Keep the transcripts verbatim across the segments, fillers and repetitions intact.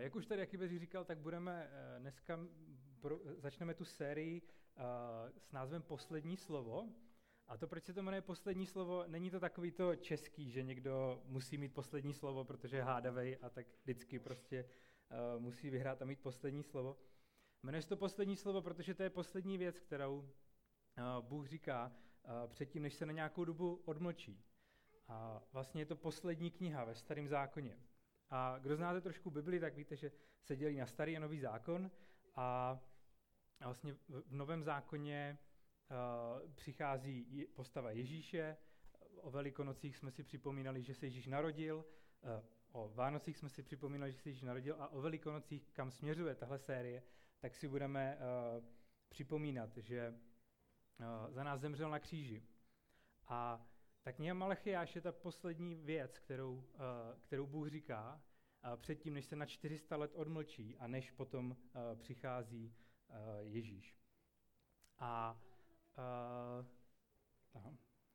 jak už tady Jakub říkal, tak budeme dneska, pro, začneme tu sérii uh, s názvem Poslední slovo. A to, proč se to jmenuje Poslední slovo, není to takový to český, že někdo musí mít poslední slovo, protože je hádavej a tak vždycky prostě uh, musí vyhrát a mít poslední slovo. Jmenuje se to Poslední slovo, protože to je poslední věc, kterou uh, Bůh říká uh, předtím, než se na nějakou dobu odmlčí. A vlastně je to poslední kniha ve Starém zákoně. A kdo znáte trošku Bibli, tak víte, že se dělí na Starý a Nový zákon. A vlastně v Novém zákoně uh, přichází postava Ježíše. O Velikonocích jsme si připomínali, že se Ježíš narodil. Uh, o Vánocích jsme si připomínali, že se Ježíš narodil. A o Velikonocích, kam směřuje tahle série, tak si budeme uh, připomínat, že uh, za nás zemřel na kříži. A ta kniha Malachiáš je ta poslední věc, kterou, uh, kterou Bůh říká uh, předtím, než se na čtyři sta let odmlčí a než potom uh, přichází uh, Ježíš. A, uh, aha,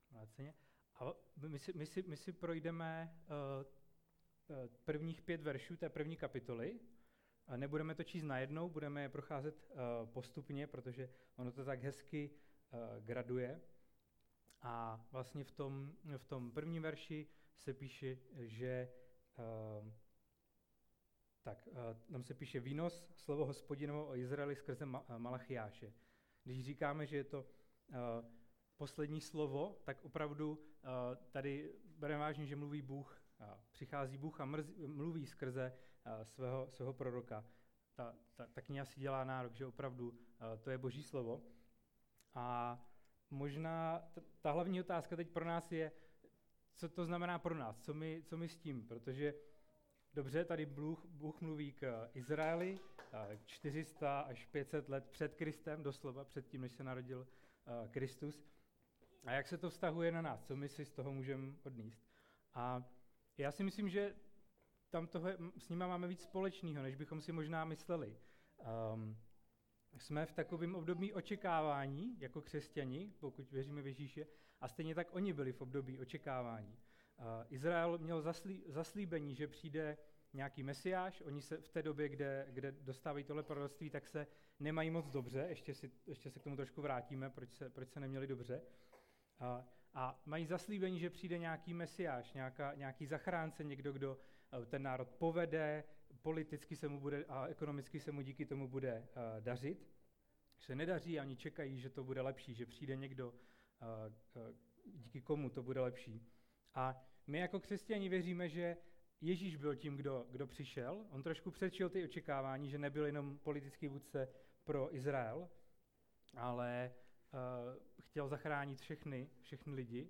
a my, si, my, si, my si projdeme uh, uh, prvních pět veršů té první kapitoly. Uh, nebudeme to číst najednou, budeme je procházet uh, postupně, protože ono to tak hezky uh, graduje. A vlastně v tom, v tom prvním verši se píše, že uh, tak, uh, tam se píše výnos slovo Hospodinovo o Izraeli skrze Ma- Malachiáše. Když říkáme, že je to uh, poslední slovo, tak opravdu uh, tady bereme vážně, že mluví Bůh, uh, přichází Bůh a mrz, mluví skrze uh, svého, svého proroka. Ta, ta, ta kniha si dělá nárok, že opravdu uh, to je Boží slovo. A možná t- ta hlavní otázka teď pro nás je, co to znamená pro nás, co my, co my s tím, protože dobře, tady Bůh, Bůh mluví k Izraeli čtyři sta až pět set let před Kristem, doslova před tím, než se narodil uh, Kristus. A jak se to vztahuje na nás, co my si z toho můžeme odníst. A já si myslím, že tam toho, s nima máme víc společného, než bychom si možná mysleli. Um, Jsme v takovém období očekávání jako křesťani, pokud věříme v Ježíše, a stejně tak oni byli v období očekávání. Uh, Izrael měl zaslí, zaslíbení, že přijde nějaký mesiáš, oni se v té době, kde, kde dostávají tohle proroctví, tak se nemají moc dobře, ještě, si, ještě se k tomu trošku vrátíme, proč se, proč se neměli dobře. Uh, a mají zaslíbení, že přijde nějaký mesiáš, nějaká, nějaký zachránce, někdo, kdo uh, ten národ povede, politicky se mu bude a ekonomicky se mu díky tomu bude uh, dařit. Se nedaří a oni čekají, že to bude lepší, že přijde někdo, uh, uh, díky komu to bude lepší. A my jako křesťani věříme, že Ježíš byl tím, kdo, kdo přišel. On trošku předčil ty očekávání, že nebyl jenom politický vůdce pro Izrael, ale uh, chtěl zachránit všechny, všechny lidi.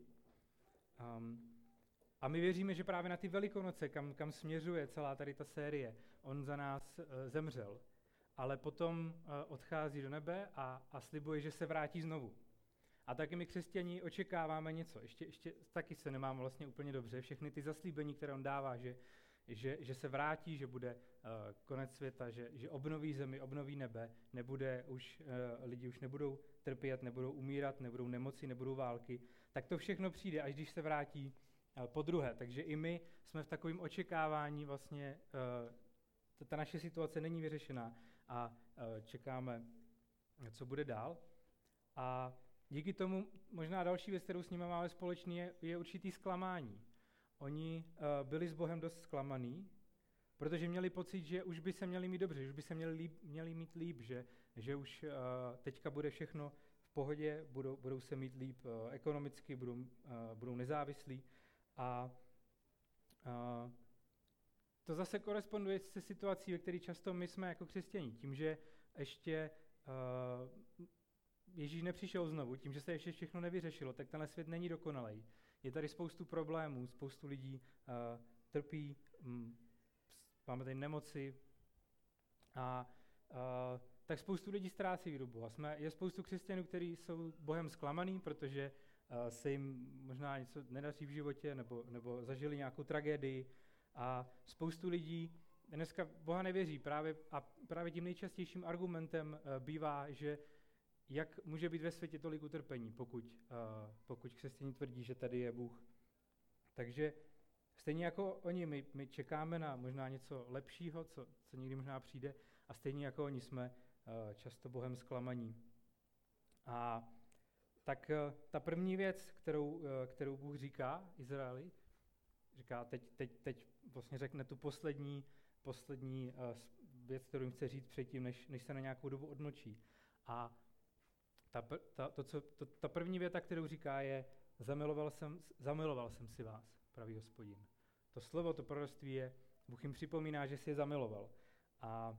Um, A my věříme, že právě na ty Velikonoce, kam, kam směřuje celá tady ta série, on za nás uh, zemřel, ale potom uh, odchází do nebe a, a slibuje, že se vrátí znovu. A taky my křesťani očekáváme něco, ještě, ještě taky se nemáme vlastně úplně dobře, všechny ty zaslíbení, které on dává, že, že, že se vrátí, že bude uh, konec světa, že, že obnoví zemi, obnoví nebe, nebude už, uh, lidi už nebudou trpět, nebudou umírat, nebudou nemoci, nebudou války, tak to všechno přijde, až když se vrátí po druhé, takže i my jsme v takovém očekávání, vlastně uh, ta naše situace není vyřešená a uh, čekáme, co bude dál. A díky tomu možná další věc, kterou s nimi máme společný, je, je určitý zklamání. Oni uh, byli s Bohem dost zklamaný, protože měli pocit, že už by se měli mít dobře, že už by se měli, líp, měli mít líp, že, že už uh, teďka bude všechno v pohodě, budou, budou se mít líp uh, ekonomicky, budou, uh, budou nezávislí. A, a to zase koresponduje se situací, ve které často my jsme jako křesťaní. Tím, že ještě uh, Ježíš nepřišel znovu, tím, že se ještě všechno nevyřešilo, tak tenhle svět není dokonalý. Je tady spoustu problémů, spoustu lidí uh, trpí, um, máme tady nemoci a uh, tak spoustu lidí ztrácí výrobu. A jsme, je spoustu křesťanů, kteří jsou Bohem zklamaný, protože se jim možná něco nedaří v životě, nebo, nebo zažili nějakou tragédii. A spoustu lidí dneska Boha nevěří. Právě, a právě tím nejčastějším argumentem uh, bývá, že jak může být ve světě tolik utrpení, pokud, uh, pokud křesťané tvrdí, že tady je Bůh. Takže Stejně jako oni, my, my čekáme na možná něco lepšího, co, co někdy možná přijde, a stejně jako oni jsme uh, často Bohem zklamaní. A tak uh, ta první věc, kterou, uh, kterou Bůh říká Izraeli, říká, teď, teď, teď vlastně řekne tu poslední, poslední uh, věc, kterou jim chce říct předtím, než, než se na nějakou dobu odmlčí. A ta, ta, to, co, to, ta první věta, kterou říká, je zamiloval jsem, zamiloval jsem si vás, pravý Hospodin. To slovo, to proroctví je, Bůh jim připomíná, že si je zamiloval. A,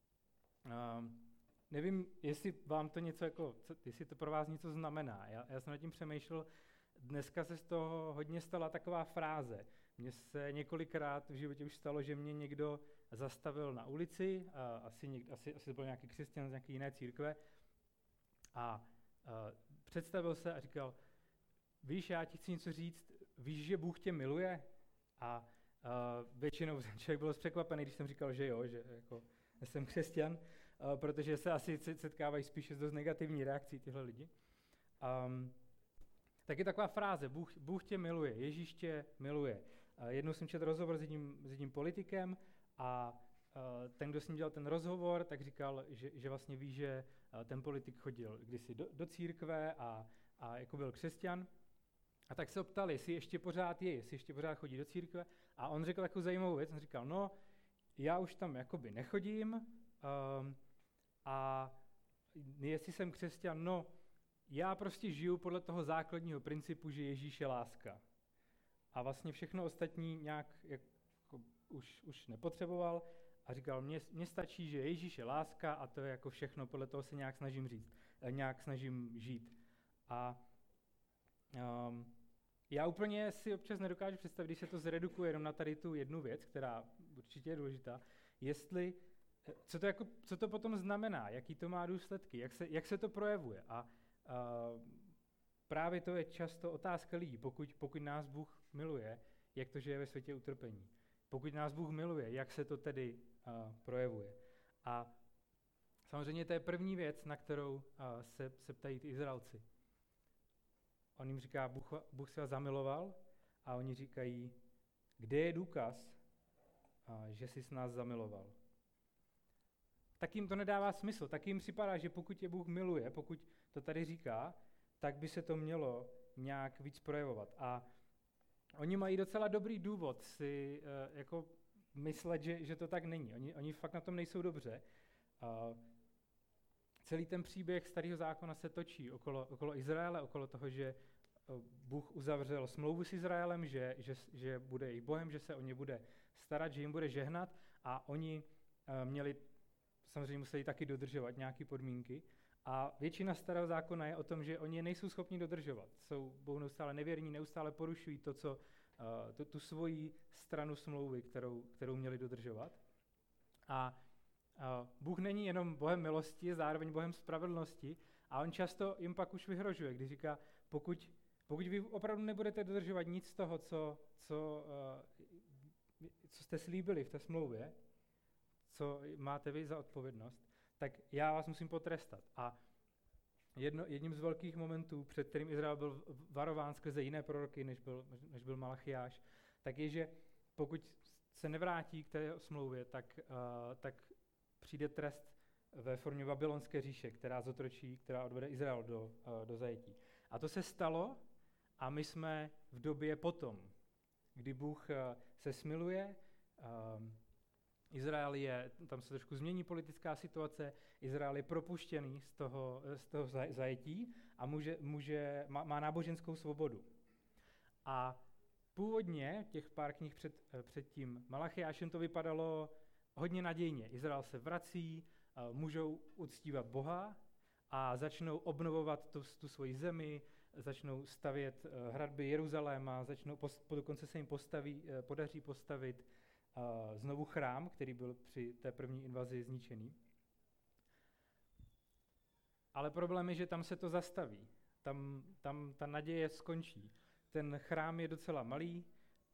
a nevím, jestli vám to něco jako, co, jestli to pro vás něco znamená. Já, já jsem nad tím přemýšlel, dneska se z toho hodně stala taková fráze. Mně se několikrát v životě už stalo, že mě někdo zastavil na ulici, a asi, někdo, asi, asi to byl nějaký křesťan z nějaké jiné církve, a, a představil se a říkal, víš, já ti chci něco říct, víš, že Bůh tě miluje? A uh, většinou člověk byl překvapený, když jsem říkal, že jo, že jako, jsem křesťan, uh, protože se asi setkávají spíše s dost negativní reakcí tyhle lidi. Um, tak je taková fráze, Bůh, Bůh tě miluje, Ježíš tě miluje. Uh, jednou jsem četl rozhovor s jedním, s jedním politikem a uh, ten, kdo s ním dělal ten rozhovor, tak říkal, že, že vlastně ví, že uh, ten politik chodil kdysi do, do církve a, a jako byl křesťan. A tak se ho ptali, jestli ještě pořád je, jestli ještě pořád chodí do církve. A on řekl takovou zajímavou věc, on říkal, no, já už tam jakoby nechodím um, a jestli jsem křesťan, no, já prostě žiju podle toho základního principu, že Ježíš je láska. A vlastně všechno ostatní nějak jako už, už nepotřeboval a říkal, mně, mně stačí, že Ježíš je láska a to je jako všechno, podle toho se nějak snažím říct, nějak snažím žít. A Um, já úplně si občas nedokážu představit, když se to zredukuje jenom na tady tu jednu věc, která určitě je důležitá, jestli, co to, jako, co to potom znamená, jaký to má důsledky, jak se, jak se to projevuje. A uh, právě to je často otázka lidí, pokud, pokud nás Bůh miluje, jak to, že je ve světě utrpení. Pokud nás Bůh miluje, jak se to tedy uh, projevuje. A samozřejmě to je první věc, na kterou uh, se, se ptají ty Izraelci. On jim říká, Bůh, Bůh se vás zamiloval, a oni říkají, kde je důkaz, a, že jsi s nás zamiloval. Tak jim to nedává smysl, tak jim připadá, že pokud je Bůh miluje, pokud to tady říká, tak by se to mělo nějak víc projevovat. A oni mají docela dobrý důvod si uh, jako myslet, že, že to tak není. Oni, oni fakt na tom nejsou dobře. Uh, Celý ten příběh Starého zákona se točí okolo, okolo Izraele, okolo toho, že Bůh uzavřel smlouvu s Izraelem, že, že, že bude jejich Bohem, že se o ně bude starat, že jim bude žehnat, a oni uh, měli, samozřejmě museli taky dodržovat nějaké podmínky. A většina Starého zákona je o tom, že oni je nejsou schopni dodržovat. Jsou Bohu neustále nevěrní, neustále porušují to, co, uh, tu, tu svoji stranu smlouvy, kterou, kterou měli dodržovat. A Uh, Bůh není jenom Bohem milosti, je zároveň Bohem spravedlnosti, a on často jim pak už vyhrožuje, když říká, pokud, pokud vy opravdu nebudete dodržovat nic z toho, co, co, uh, co jste slíbili v té smlouvě, co máte vy za odpovědnost, tak já vás musím potrestat. A jedno, jedním z velkých momentů, před kterým Izrael byl varován skrze jiné proroky, než byl, než byl Malachiáš, tak je, že pokud se nevrátí k té smlouvě, tak, uh, tak přijde trest ve formě babylonské říše, která zotročí, která odvede Izrael do, uh, do zajetí. A to se stalo, a my jsme v době potom, kdy Bůh uh, se smiluje, uh, Izrael je, tam se trošku změní politická situace, Izrael je propuštěný z toho, z toho zajetí a může, může, má, má náboženskou svobodu. A původně, těch pár knih před, před tím Malachiášem, to vypadalo hodně nadějně. Izrael se vrací, můžou uctívat Boha a začnou obnovovat tu, tu svoji zemi, začnou stavět hradby Jeruzaléma, začnou, dokonce se jim postaví, podaří postavit znovu chrám, který byl při té první invazi zničený. Ale problém je, že tam se to zastaví. Tam, tam ta naděje skončí. Ten chrám je docela malý,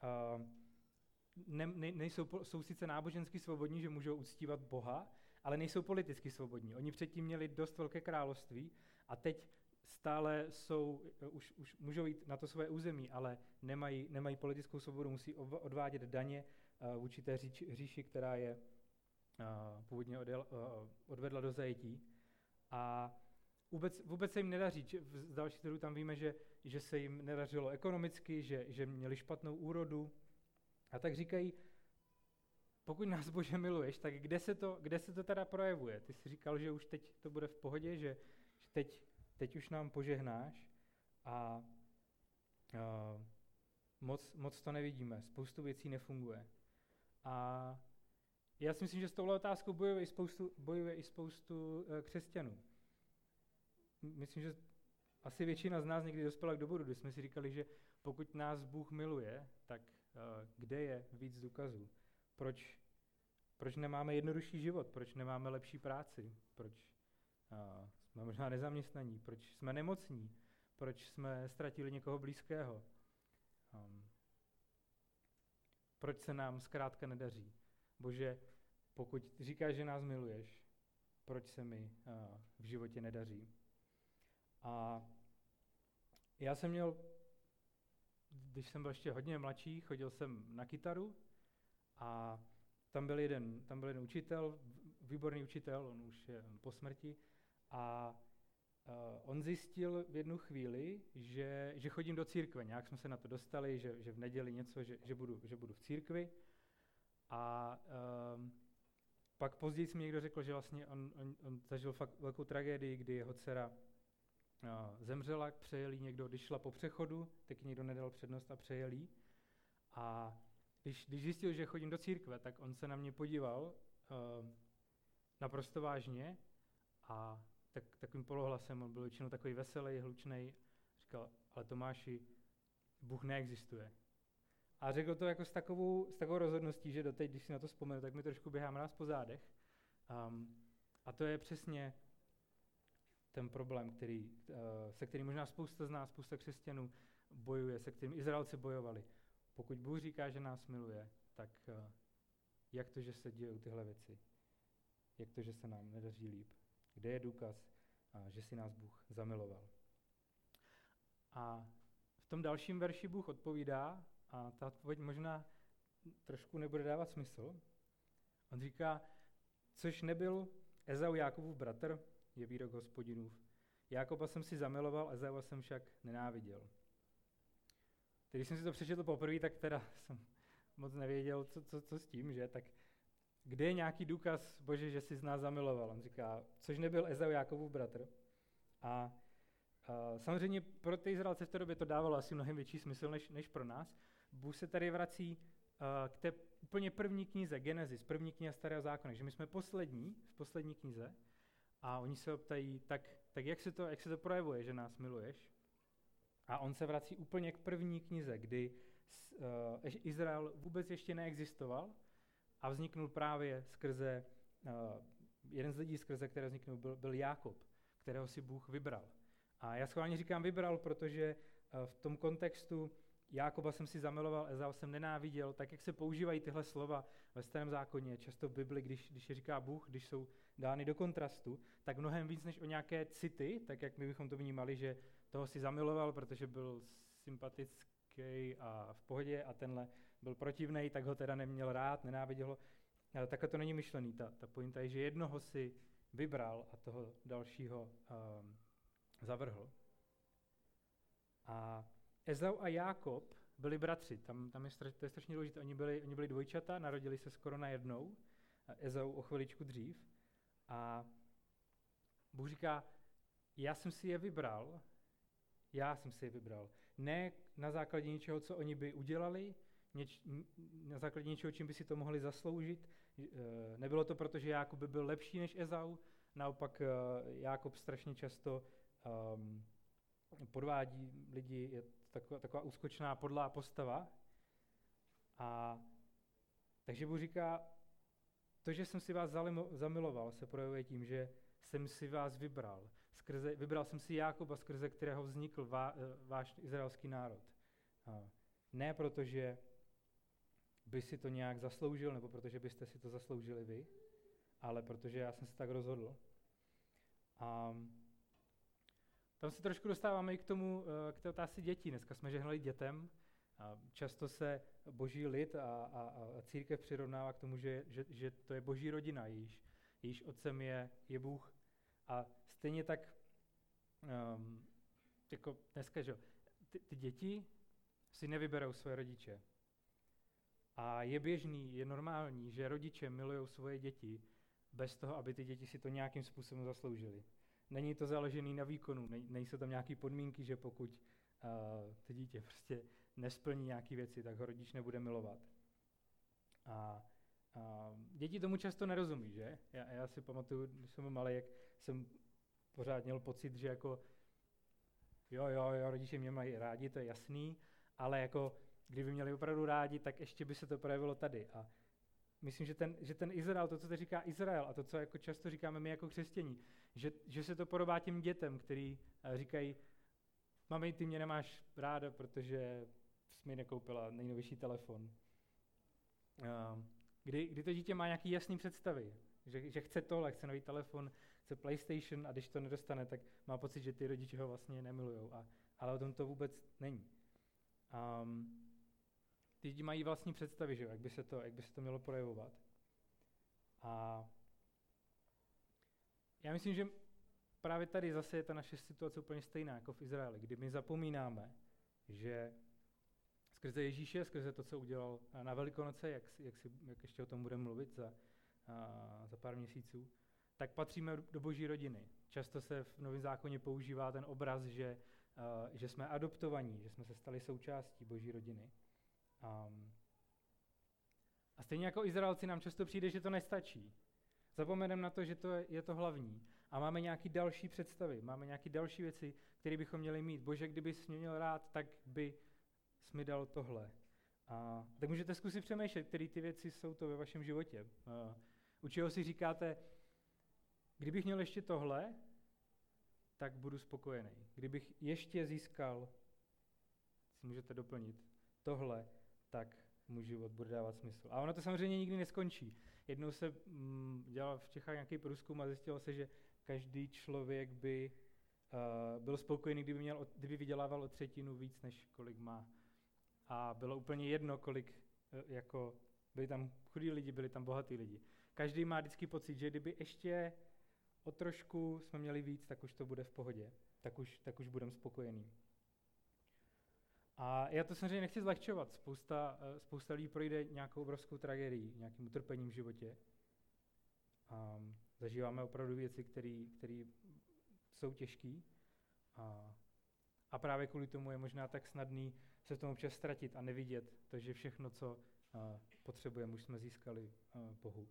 ne, ne, nejsou, jsou sice nábožensky svobodní, že můžou uctívat Boha, ale nejsou politicky svobodní. Oni předtím měli dost velké království a teď stále jsou, už, už můžou jít na to své území, ale nemají, nemají politickou svobodu, musí odvádět daně uh, vůči té říči, říši, která je uh, původně odjel, uh, odvedla do zajetí. A vůbec, vůbec se jim nedaří. Z dalších zdrojů tam víme, že, že se jim nedařilo ekonomicky, že, že měli špatnou úrodu. A tak říkají, pokud nás, Bože, miluješ, tak kde se to, kde se to teda projevuje? Ty jsi říkal, že už teď to bude v pohodě, že, že teď, teď už nám požehnáš a uh, moc, moc to nevidíme, spoustu věcí nefunguje. A já si myslím, že s touhle otázkou bojuje i spoustu, bojuje i spoustu uh, křesťanů. Myslím, že asi většina z nás někdy dospěla k bodu, kdy jsme si říkali, že pokud nás Bůh miluje, tak uh, kde je víc důkazů? Proč, proč nemáme jednodušší život? Proč nemáme lepší práci? Proč uh, jsme možná nezaměstnaní? Proč jsme nemocní? Proč jsme ztratili někoho blízkého? Um, proč se nám zkrátka nedaří? Bože, pokud říkáš, že nás miluješ, proč se mi uh, v životě nedaří? A já jsem měl, když jsem byl ještě hodně mladší, chodil jsem na kytaru a tam byl jeden, tam byl jeden učitel, výborný učitel, on už je po smrti, a uh, on zjistil v jednu chvíli, že, že chodím do církve. Nějak jsme se na to dostali, že, že v neděli něco, že, že, budu, že budu v církvi. A um, pak později mi někdo řekl, že vlastně on, on, on zažil fakt velkou tragédii, kdy jeho dcera uh, zemřela, přejel jí někdo, když šla po přechodu, tak někdo nedal přednost a přejel jí. A když, když zjistil, že chodím do církve, tak on se na mě podíval uh, naprosto vážně a tak, takovým polohlasem, on byl většinou takový veselý, hlučnej, říkal, ale Tomáši, Bůh neexistuje. A řekl to jako s takovou, s takovou rozhodností, že doteď, když si na to vzpomenu, tak mi trošku běhá mráz po zádech. Um, a to je přesně ten problém, který, uh, se kterým možná spousta z nás, spousta křesťanů bojuje, se kterým Izraelci bojovali. Pokud Bůh říká, že nás miluje, tak uh, jak to, že se dějou tyhle věci? Jak to, že se nám nedaří líp? Kde je důkaz, uh, že si nás Bůh zamiloval? A v tom dalším verši Bůh odpovídá, a ta odpověď možná trošku nebude dávat smysl. On říká, což nebyl Ezau Jákobův bratr, je výrok Hospodinův. Jákoba jsem si zamiloval, Ezaua jsem však nenáviděl. Když jsem si to přečetl poprvé, tak teda jsem moc nevěděl, co, co, co s tím, že? Tak kde je nějaký důkaz, Bože, že jsi z nás zamiloval? On říká, což nebyl Ezau Jákobův bratr. A uh, samozřejmě pro ty Izraelce v té době to dávalo asi mnohem větší smysl, než, než pro nás. Bůh se tady vrací uh, k té úplně první knize, Genesis, první kniha Starého zákona, že my jsme poslední, v poslední knize, a oni se optají, tak, tak jak, se to, jak se to projevuje, že nás miluješ? A on se vrací úplně k první knize, kdy uh, Izrael vůbec ještě neexistoval a vzniknul právě skrze, uh, jeden z lidí skrze, které vzniknul, byl, byl Jákob, kterého si Bůh vybral. A já schválně říkám vybral, protože uh, v tom kontextu Jákoba jsem si zamiloval, Ezau jsem nenáviděl, tak jak se používají tyhle slova ve Starém zákoně, často v Bibli, když, když je říká Bůh, když jsou dány do kontrastu, tak mnohem víc než o nějaké city, tak jak my bychom to vnímali, že toho si zamiloval, protože byl sympatický a v pohodě a tenhle byl protivnej, tak ho teda neměl rád, nenáviděl ho. Ale takhle to není myšlený. Ta, ta pointa je, že jednoho si vybral a toho dalšího um, zavrhl. A Ezau a Jákob byli bratři, tam, tam je, straš, to je strašně důležité, oni byli, oni byli dvojčata, narodili se skoro najednou, Ezau o chviličku dřív. A Bůh říká, já jsem si je vybral, já jsem si je vybral. Ne na základě něčeho, co oni by udělali, něč, na základě něčeho, čím by si to mohli zasloužit. Nebylo to proto, že Jákob by byl lepší než Ezau, naopak Jákob strašně často um, podvádí lidi, je taková, taková úskočná, podlá postava. A takže Bůh říká, to, že jsem si vás zamiloval, se projevuje tím, že jsem si vás vybral. Skrze, vybral jsem si Jákoba, skrze kterého vznikl vá, váš izraelský národ. A ne proto, že by si to nějak zasloužil, nebo protože byste si to zasloužili vy, ale protože já jsem se tak rozhodl. A tam se trošku dostáváme i k tomu, k té otázce dětí. Dneska jsme žehnali dětem. A často se boží lid a, a, a církev přirovnává k tomu, že, že, že to je boží rodina, jejíž, jejíž otcem je, je Bůh. A stejně tak, um, jako dneska, že ty, ty děti si nevyberou své rodiče. A je běžný, je normální, že rodiče milují svoje děti bez toho, aby ty děti si to nějakým způsobem zasloužily. Není to založené na výkonu, ne, nejsou tam nějaké podmínky, že pokud uh, to dítě prostě nesplní nějaké věci, tak ho rodič nebude milovat. A, a děti tomu často nerozumí, že? Já, já si pamatuju, když jsem byl malý, jak jsem pořád měl pocit, že jako jo, jo, jo, rodiče mě mají rádi, to je jasný, ale jako kdyby měli opravdu rádi, tak ještě by se to projevilo tady. A myslím, že ten, že ten Izrael, to, co teď říká Izrael a to, co jako často říkáme my jako křesťaní, že, že se to podobá těm dětem, který říkají, mami, ty mě nemáš ráda, protože jsi mi nekoupila nejnovější telefon. Kdy, kdy to dítě má nějaký jasný představy, že, že chce tohle, chce nový telefon, chce PlayStation a když to nedostane, tak má pocit, že ty rodiče ho vlastně nemilujou. A, ale o tom to vůbec není. Um, ty lidi mají vlastní představy, že? Jak by se to, jak by se to mělo projevovat. A já myslím, že právě tady zase je ta naše situace úplně stejná jako v Izraeli, kdy my zapomínáme, že skrze Ježíše, skrze to, co udělal na Velikonoce, jak, jak, si, jak ještě o tom budeme mluvit za, a, za pár měsíců, tak patříme do boží rodiny. Často se v Novém zákoně používá ten obraz, že, a, že jsme adoptovaní, že jsme se stali součástí boží rodiny. A, a stejně jako Izraelci nám často přijde, že to nestačí. Zapomeneme na to, že to je, je to hlavní. A máme nějaké další představy, máme nějaké další věci, které bychom měli mít. Bože, kdybys mě měl rád, tak by jsi mi dal tohle. A tak můžete zkusit přemýšlet, které ty věci jsou to ve vašem životě. A u čeho si říkáte, kdybych měl ještě tohle, tak budu spokojený. Kdybych ještě získal, si můžete doplnit, tohle, tak můj život bude dávat smysl. A ono to samozřejmě nikdy neskončí. Jednou se mm, dělal v Čechách nějaký průzkum a zjistilo se, že každý člověk by uh, byl spokojený, kdyby, měl, kdyby vydělával o třetinu víc, než kolik má. A bylo úplně jedno, kolik, uh, jako, byli tam chudí lidi, byli tam bohatí lidi. Každý má vždycky pocit, že kdyby ještě o trošku jsme měli víc, tak už to bude v pohodě, tak už, tak už budeme spokojení. A já to samozřejmě nechci zlehčovat. Spousta, spousta lidí projde nějakou obrovskou tragédií, nějakým utrpením v životě. A zažíváme opravdu věci, které jsou těžké. A, a právě kvůli tomu je možná tak snadný se v tom občas ztratit a nevidět to, že všechno, co a, potřebujeme, už jsme získali a, Bohu.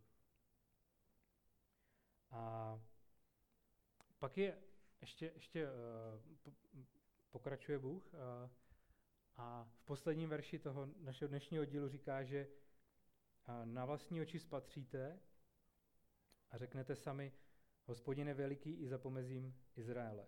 A pak je ještě, ještě uh, pokračuje Bůh. Uh, A v posledním verši toho našeho dnešního dílu říká, že na vlastní oči spatříte a řeknete sami, Hospodin je veliký i za pomezím Izraele.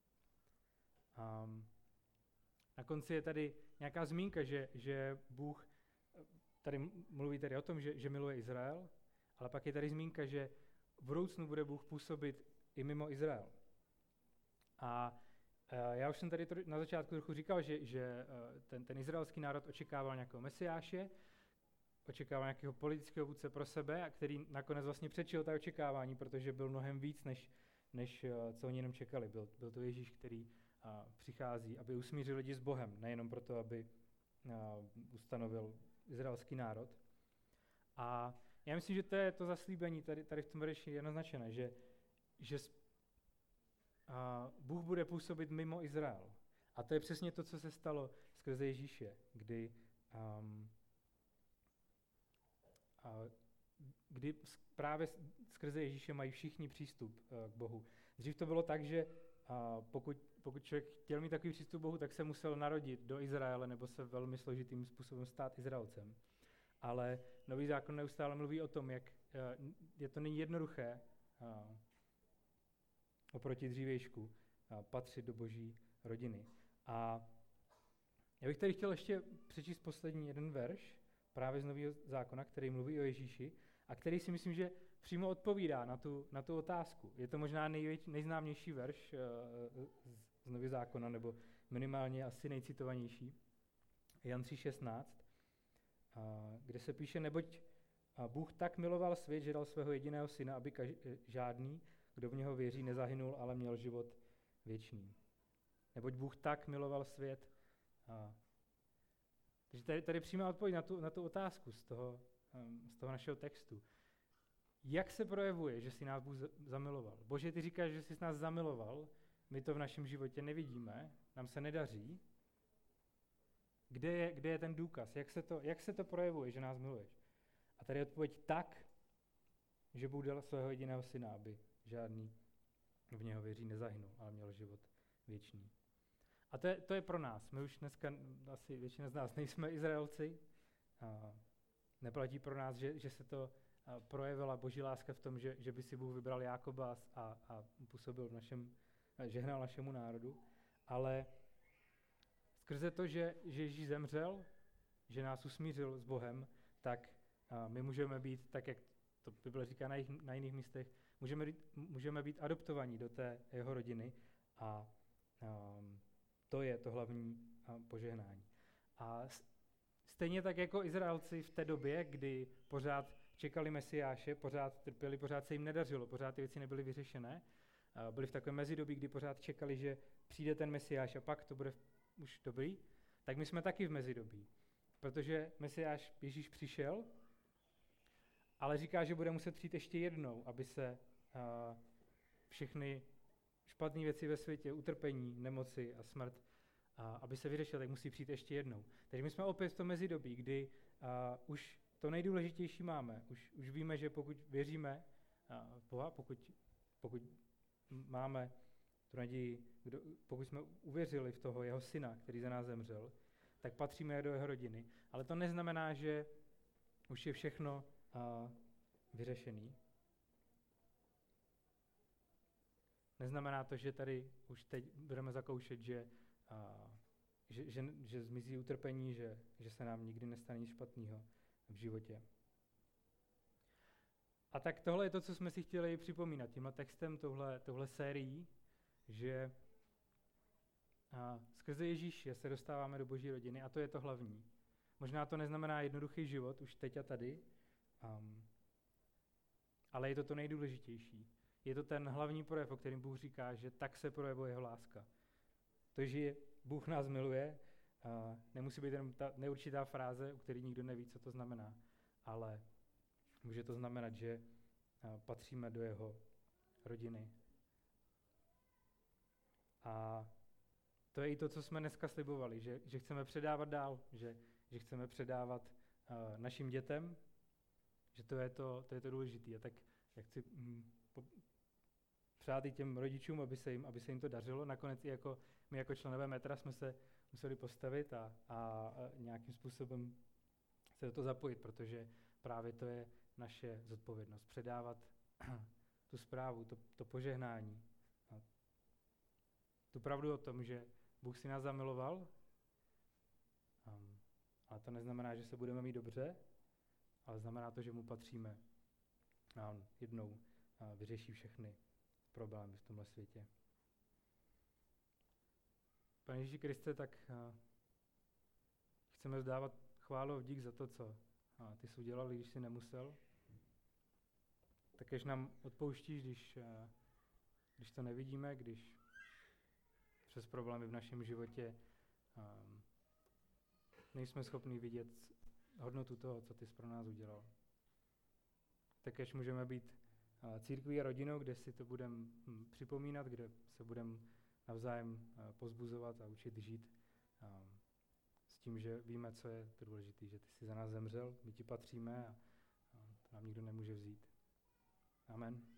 A na konci je tady nějaká zmínka, že, že Bůh tady mluví tady o tom, že, že miluje Izrael, ale pak je tady zmínka, že v budoucnu bude Bůh působit i mimo Izrael. A já už jsem tady na začátku trochu říkal, že, že ten, ten izraelský národ očekával nějakého mesiáše, očekával nějakého politického vůdce pro sebe, a který nakonec vlastně předčil ta očekávání, protože byl mnohem víc, než, než co oni jenom čekali. Byl, byl to Ježíš, který a, přichází, aby usmířil lidi s Bohem, nejenom proto, aby a, ustanovil izraelský národ. A já myslím, že to je to zaslíbení tady, tady v tom verši jednoznačené, že, že a Bůh bude působit mimo Izrael. A to je přesně to, co se stalo skrze Ježíše, kdy, um, a, kdy právě skrze Ježíše mají všichni přístup uh, k Bohu. Dřív to bylo tak, že uh, pokud, pokud člověk chtěl mít takový přístup k Bohu, tak se musel narodit do Izraele nebo se velmi složitým způsobem stát Izraelcem. Ale Nový zákon neustále mluví o tom, jak uh, je to není jednoduché uh, oproti dřívějšku a patřit do boží rodiny. A já bych tady chtěl ještě přečíst poslední jeden verš, právě z Nového zákona, který mluví o Ježíši a který si myslím, že přímo odpovídá na tu, na tu otázku. Je to možná největší, nejznámější verš uh, z Nového zákona, nebo minimálně asi nejcitovanější, Jan tři šestnáct, kde se píše, neboť Bůh tak miloval svět, že dal svého jediného syna, aby každý, žádný, kdo v něho věří, nezahynul, ale měl život věčný. Neboť Bůh tak miloval svět. A... Takže tady, tady přímá odpověď na tu, na tu otázku z toho, um, z toho našeho textu. Jak se projevuje, že si nás Bůh zamiloval? Bože, ty říkáš, že jsi nás zamiloval, my to v našem životě nevidíme, nám se nedaří. Kde je, kde je ten důkaz? Jak se, to, jak se to projevuje, že nás miluješ? A tady je odpověď tak, že Bůh dal svého jediného syna, aby žádný v něho věří nezahynul, ale měl život věčný. A to je, to je pro nás. My už dneska, asi většina z nás, nejsme Izraelci. A neplatí pro nás, že, že se to projevila Boží láska v tom, že, že by si Bůh vybral Jákoba a, a působil v našem, žehnal našemu národu. Ale skrze to, že, že Ježíš zemřel, že nás usmířil s Bohem, tak my můžeme být, tak jak to Bible říká na, jich, na jiných místech, můžeme, můžeme být adoptovaní do té jeho rodiny a um, to je to hlavní um, požehnání. A stejně tak jako Izraelci v té době, kdy pořád čekali Mesiáše, pořád trpěli, pořád se jim nedařilo, pořád ty věci nebyly vyřešené, uh, byli v takovém mezidobí, kdy pořád čekali, že přijde ten Mesiáš a pak to bude už dobrý, tak my jsme taky v mezidobí. Protože Mesiáš Ježíš přišel, ale říká, že bude muset přijít ještě jednou, aby se uh, všechny špatné věci ve světě, utrpení, nemoci a smrt, uh, aby se vyřešil, tak musí přijít ještě jednou. Takže my jsme opět v tom mezidobí, kdy uh, už to nejdůležitější máme. Už, už víme, že pokud věříme uh, v Boha, pokud, pokud máme tu naději, kdo, pokud jsme uvěřili v toho jeho syna, který za nás zemřel, tak patříme do jeho rodiny. Ale to neznamená, že už je všechno uh, vyřešený. Neznamená to, že tady už teď budeme zakoušet, že, uh, že, že, že zmizí utrpení, že, že se nám nikdy nestane nic špatného v životě. A tak tohle je to, co jsme si chtěli připomínat tímhle textem, tohle, tohle sérií, že a skrze Ježíše se dostáváme do Boží rodiny a to je to hlavní. Možná to neznamená jednoduchý život, už teď a tady, um, ale je to to nejdůležitější. Je to ten hlavní projev, o kterém Bůh říká, že tak se projevuje jeho láska. To, že Bůh nás miluje, uh, nemusí být jenom ta neurčitá fráze, u které nikdo neví, co to znamená, ale může to znamenat, že uh, patříme do jeho rodiny. A to je i to, co jsme dneska slibovali, že, že chceme předávat dál, že, že chceme předávat uh, našim dětem, že to je to, to, je to důležité. A tak já chci mm, po, přát i těm rodičům, aby se, jim, aby se jim to dařilo. Nakonec i jako my jako členové metra jsme se museli postavit a, a, a nějakým způsobem se do toho zapojit, protože právě to je naše zodpovědnost. Předávat tu zprávu, to, to požehnání. Tu pravdu o tom, že Bůh si nás zamiloval, um, ale to neznamená, že se budeme mít dobře, ale znamená to, že mu patříme a on jednou uh, vyřeší všechny problémy v tomhle světě. Pane Ježíši Kriste, tak uh, chceme vzdávat chválu a vdík za to, co uh, ty jsi udělal, když jsi nemusel. Takéž nám odpouštíš, když, uh, když to nevidíme, když přes problémy v našem životě um, nejsme schopni vidět hodnotu toho, co ty jsi pro nás udělal. Takéž můžeme být uh, církví a rodinou, kde si to budeme hm, připomínat, kde se budeme navzájem uh, pozbuzovat a učit žít um, s tím, že víme, co je to důležité, že ty jsi za nás zemřel, my ti patříme a, a to nám nikdo nemůže vzít. Amen.